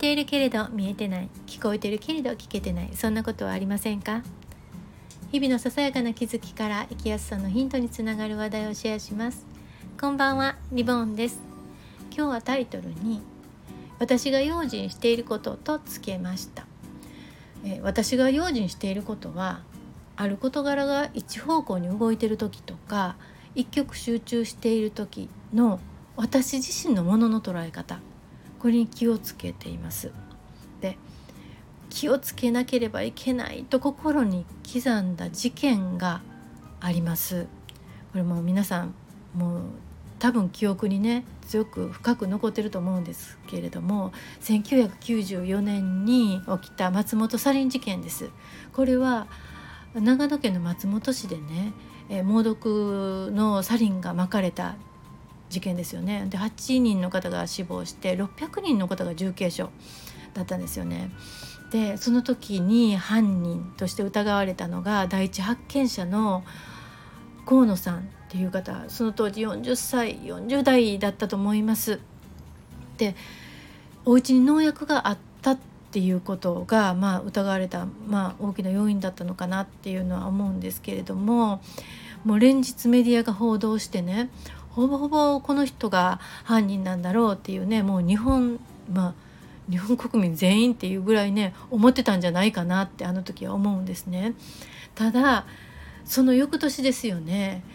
ているけれど見えてない、聞こえているけれど聞けてない、そんなことはありませんか？日々のささやかな気づきから生きやすさのヒントにつながる話題をシェアします。こんばんは、リボーンです。今日はタイトルに私が用心していることとつけました。私が用心していることは、ある事柄が一方向に動いている時とか、一極集中している時の私自身のものの捉え方、これに気をつけています。で、気をつけなければいけないと心に刻んだ事件があります。これもう皆さんもう多分記憶にね強く深く残ってると思うんですけれども、1994年に起きた松本サリン事件です。これは長野県の松本市でね、猛毒のサリンが撒かれた事件ですよね。で、8人の方が死亡して600人の方が重軽傷だったんですよね。で、その時に犯人として疑われたのが第一発見者の河野さんっていう方、その当時40代だったと思います。で、お家に農薬があったっていうことが、疑われた、大きな要因だったのかなっていうのは思うんですけれども、もう連日メディアが報道してね、ほぼほぼこの人が犯人なんだろうっていうね、もう日本国民全員っていうぐらいね思ってたんじゃないかなってあの時は思うんですね。ただその翌年ですよね、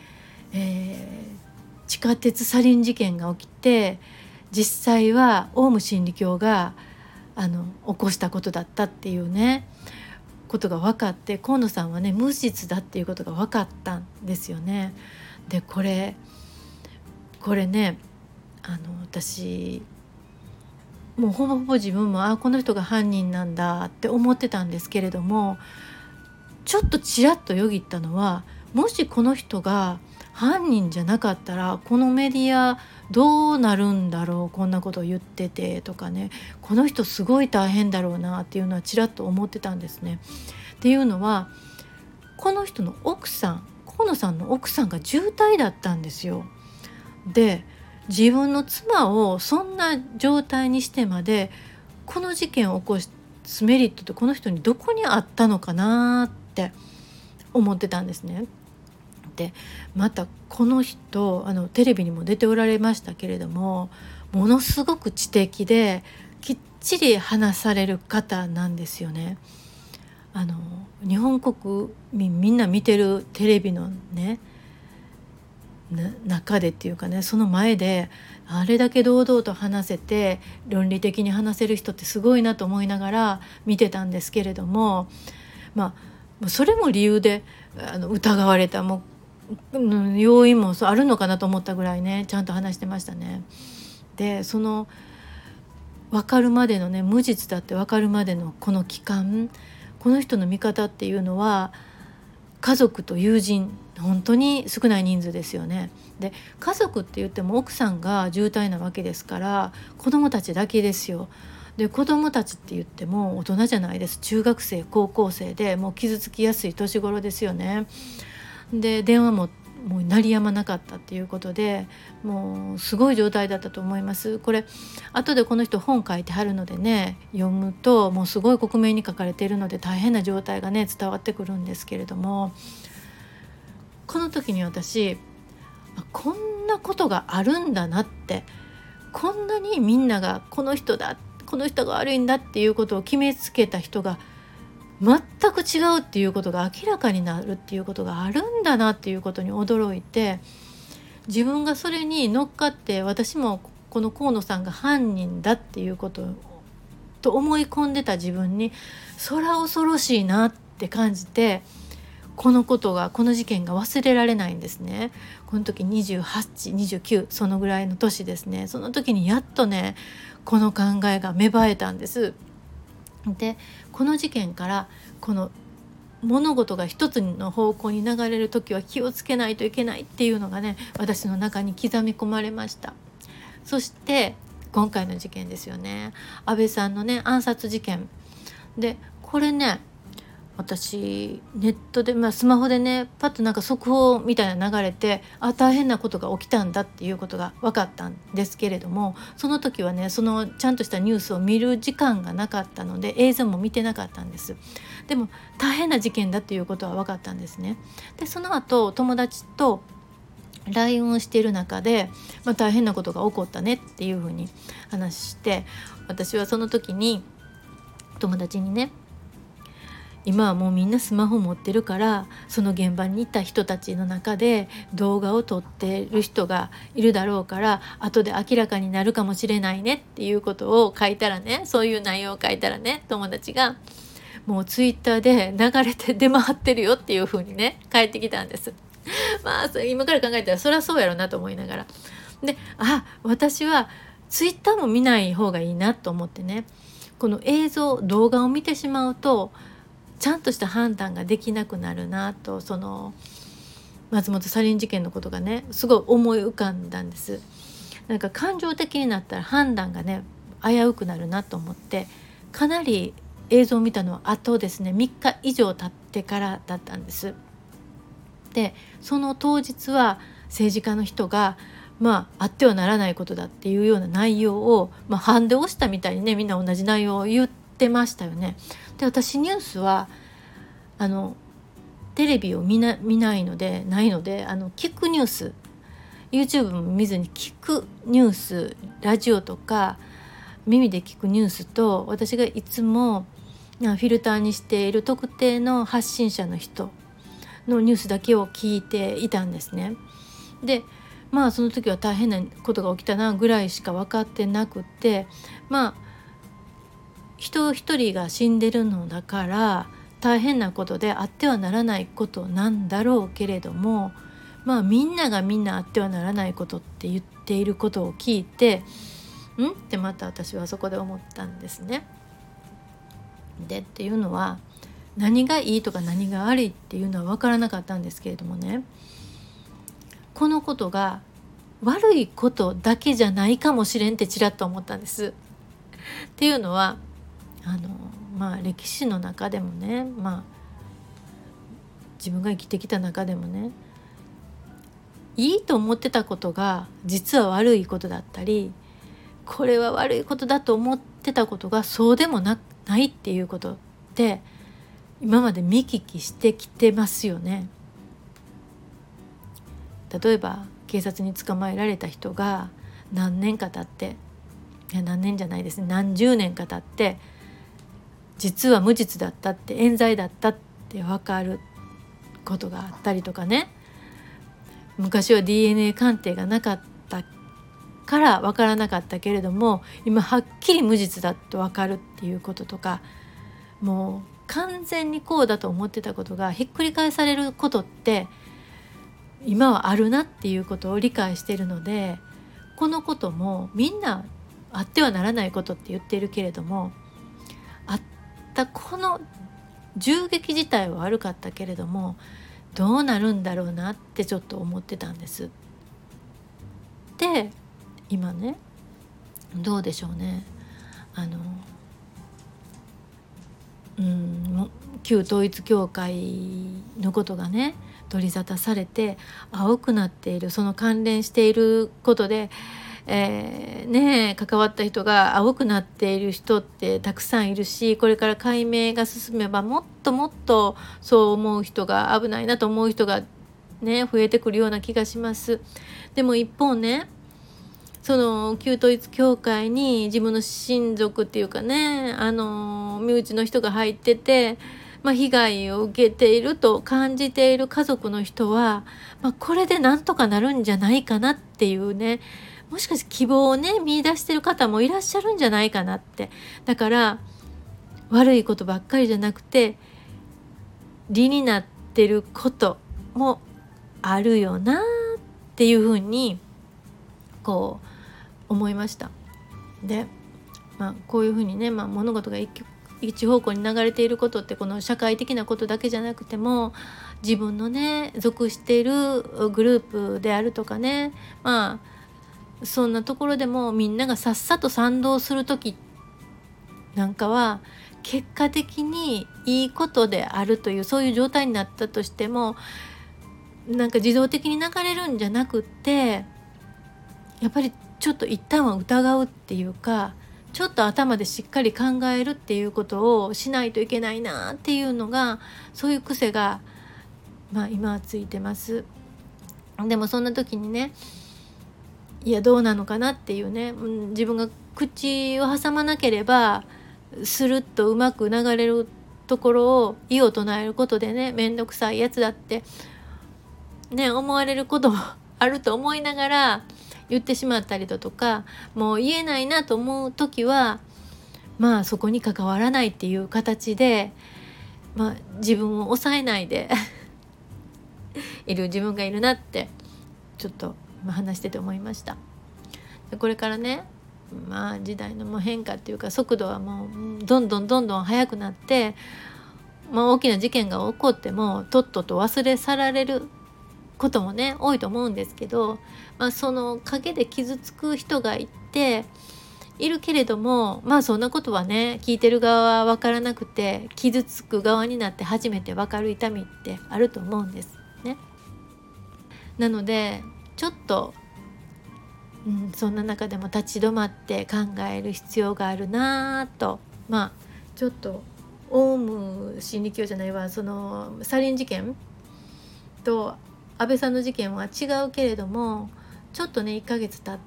地下鉄サリン事件が起きて、実際はオウム真理教が起こしたことだったっていうねことが分かって、河野さんはね無実だっていうことが分かったんですよね。で、これね、私もうほぼほぼ自分もこの人が犯人なんだって思ってたんですけれども、ちょっとちらっとよぎったのは、もしこの人が犯人じゃなかったらこのメディアどうなるんだろう、こんなことを言っててとかね、この人すごい大変だろうなっていうのはちらっと思ってたんですね。っていうのは、この人の奥さん、河野さんの奥さんが重体だったんですよ。で、自分の妻をそんな状態にしてまでこの事件を起こすメリットってこの人にどこにあったのかなって思ってたんですね。で、またこの人テレビにも出ておられましたけれども、ものすごく知的できっちり話される方なんですよね。日本国民みんな見てるテレビのね中でっていうかね、その前であれだけ堂々と話せて論理的に話せる人ってすごいなと思いながら見てたんですけれども、それも理由で疑われた要因もあるのかなと思ったぐらいねちゃんと話してましたね。で、その分かるまでのね、無実だって分かるまでのこの期間、この人の見方っていうのは家族と友人、本当に少ない人数ですよね。で、家族って言っても奥さんが重体なわけですから、子供たちだけですよ。で、子供たちって言っても大人じゃないです。中学生高校生でもう傷つきやすい年頃ですよね。で、電話ももう鳴りやまなかったっていうことで、もうすごい状態だったと思います。これ後でこの人本書いてはるのでね、読むともうすごい克明に書かれているので大変な状態がね伝わってくるんですけれども、この時に私こんなことがあるんだなって、こんなにみんながこの人が悪いんだっていうことを決めつけた人が全く違うっていうことが明らかになるっていうことがあるんだなっていうことに驚いて、自分がそれに乗っかって私もこの河野さんが犯人だっていうことと思い込んでた自分にそら恐ろしいなって感じて、この事件が忘れられないんですね。この時28、29そのぐらいの年ですね。その時にやっとねこの考えが芽生えたんです。で、この事件からこの物事が一つの方向に流れる時は気をつけないといけないっていうのがね私の中に刻み込まれました。そして今回の事件ですよね、安倍さんのね暗殺事件で、これね私ネットで、スマホでねパッとなんか速報みたいな流れて、大変なことが起きたんだっていうことが分かったんですけれども、その時はねそのちゃんとしたニュースを見る時間がなかったので映像も見てなかったんです。でも大変な事件だっていうことは分かったんですね。でその後友達と LINE をしている中で、大変なことが起こったねっていうふうに話して、私はその時に友達にね、今はもうみんなスマホ持ってるから、その現場にいた人たちの中で動画を撮ってる人がいるだろうから、後で明らかになるかもしれないねっていうことを書いたらね、そういう内容を書いたらね、友達がもうツイッターで流れて出回ってるよっていう風にね返ってきたんです。今から考えたらそりゃそうやろなと思いながら、で私はツイッターも見ない方がいいなと思ってね、この動画を見てしまうとちゃんとした判断ができなくなるなと、その松本サリン事件のことがねすごい思い浮かんだんです。なんか感情的になったら判断がね危うくなるなと思って、かなり映像を見たのはですね3日以上経ってからだったんです。でその当日は政治家の人があってはならないことだっていうような内容を、ハンデをしたみたいにねみんな同じ内容を言ってましたよね。で私ニュースはテレビを見ないので聞くニュース、 YouTube も見ずに聞くニュース、ラジオとか耳で聞くニュースと、私がいつもフィルターにしている特定の発信者の人のニュースだけを聞いていたんですね。でその時は大変なことが起きたなぐらいしか分かってなくって、人一人が死んでるのだから大変なことであってはならないことなんだろうけれども、みんながみんなあってはならないことって言っていることを聞いてってまた私はそこで思ったんですね。でっていうのは何がいいとか何が悪いっていうのは分からなかったんですけれどもね、このことが悪いことだけじゃないかもしれんってちらっと思ったんです。っていうのは歴史の中でもね、自分が生きてきた中でもね、いいと思ってたことが実は悪いことだったり、これは悪いことだと思ってたことがそうでもないっていうことって今まで見聞きしてきてますよね。例えば警察に捕まえられた人が何年か経って、何年じゃないですね、何十年か経って実は無実だったって、冤罪だったって分かることがあったりとかね、昔は DNA 鑑定がなかったから分からなかったけれども今はっきり無実だと分かるっていうこととか、もう完全にこうだと思ってたことがひっくり返されることって今はあるなっていうことを理解しているので、このこともみんなあってはならないことって言ってるけれども、あったこの銃撃自体は悪かったけれどもどうなるんだろうなってちょっと思ってたんです。で今ねどうでしょうね、旧統一教会のことがね取り沙汰されて青くなっている、その関連していることで、関わった人が青くなっている人ってたくさんいるし、これから解明が進めばもっともっとそう思う人が、危ないなと思う人がね増えてくるような気がします。でも一方ね、その旧統一教会に自分の親族っていうかね、身内の人が入ってて、被害を受けていると感じている家族の人は、これでなんとかなるんじゃないかなっていうね、もしかして希望をね見出してる方もいらっしゃるんじゃないかなって。だから悪いことばっかりじゃなくて理になってることもあるよなっていうふうにこう思いました。で、こういうふうにね、物事が一方向に流れていることって、この社会的なことだけじゃなくても自分のね属しているグループであるとかね、そんなところでもみんながさっさと賛同する時なんかは結果的にいいことであるというそういう状態になったとしても、なんか自動的に流れるんじゃなくって、やっぱりちょっと一旦は疑うっていうか、ちょっと頭でしっかり考えるっていうことをしないといけないなっていうのが、そういう癖が今はついてます。でもそんな時にね、いやどうなのかなっていうね、自分が口を挟まなければスルッとうまく流れるところを異を唱えることでね、めんどくさいやつだってね思われることもあると思いながら言ってしまったりだとか、もう言えないなと思う時はそこに関わらないっていう形で、自分を抑えないでいる自分がいるなってちょっと話してて思いました。でこれからね、時代のもう変化っていうか速度はもうどんどん速くなって、大きな事件が起こってもとっとと忘れ去られることもね多いと思うんですけど、その陰で傷つく人がいるけれども、そんなことはね聞いてる側は分からなくて、傷つく側になって初めて分かる痛みってあると思うんですね。なのでちょっと、そんな中でも立ち止まって考える必要があるなと、ちょっとオウム真理教じゃないわ、そのサリン事件と安倍さんの事件は違うけれども、ちょっとね1ヶ月経って、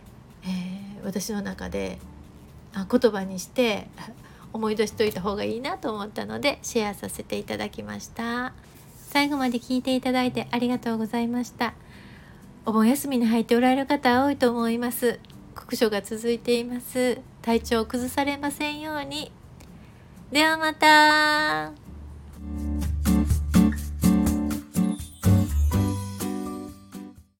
私の中で言葉にして思い出しといた方がいいなと思ったのでシェアさせていただきました。最後まで聞いていただいてありがとうございました。お盆休みに入っておられる方多いと思います。酷暑が続いています。体調を崩されませんように。ではまた。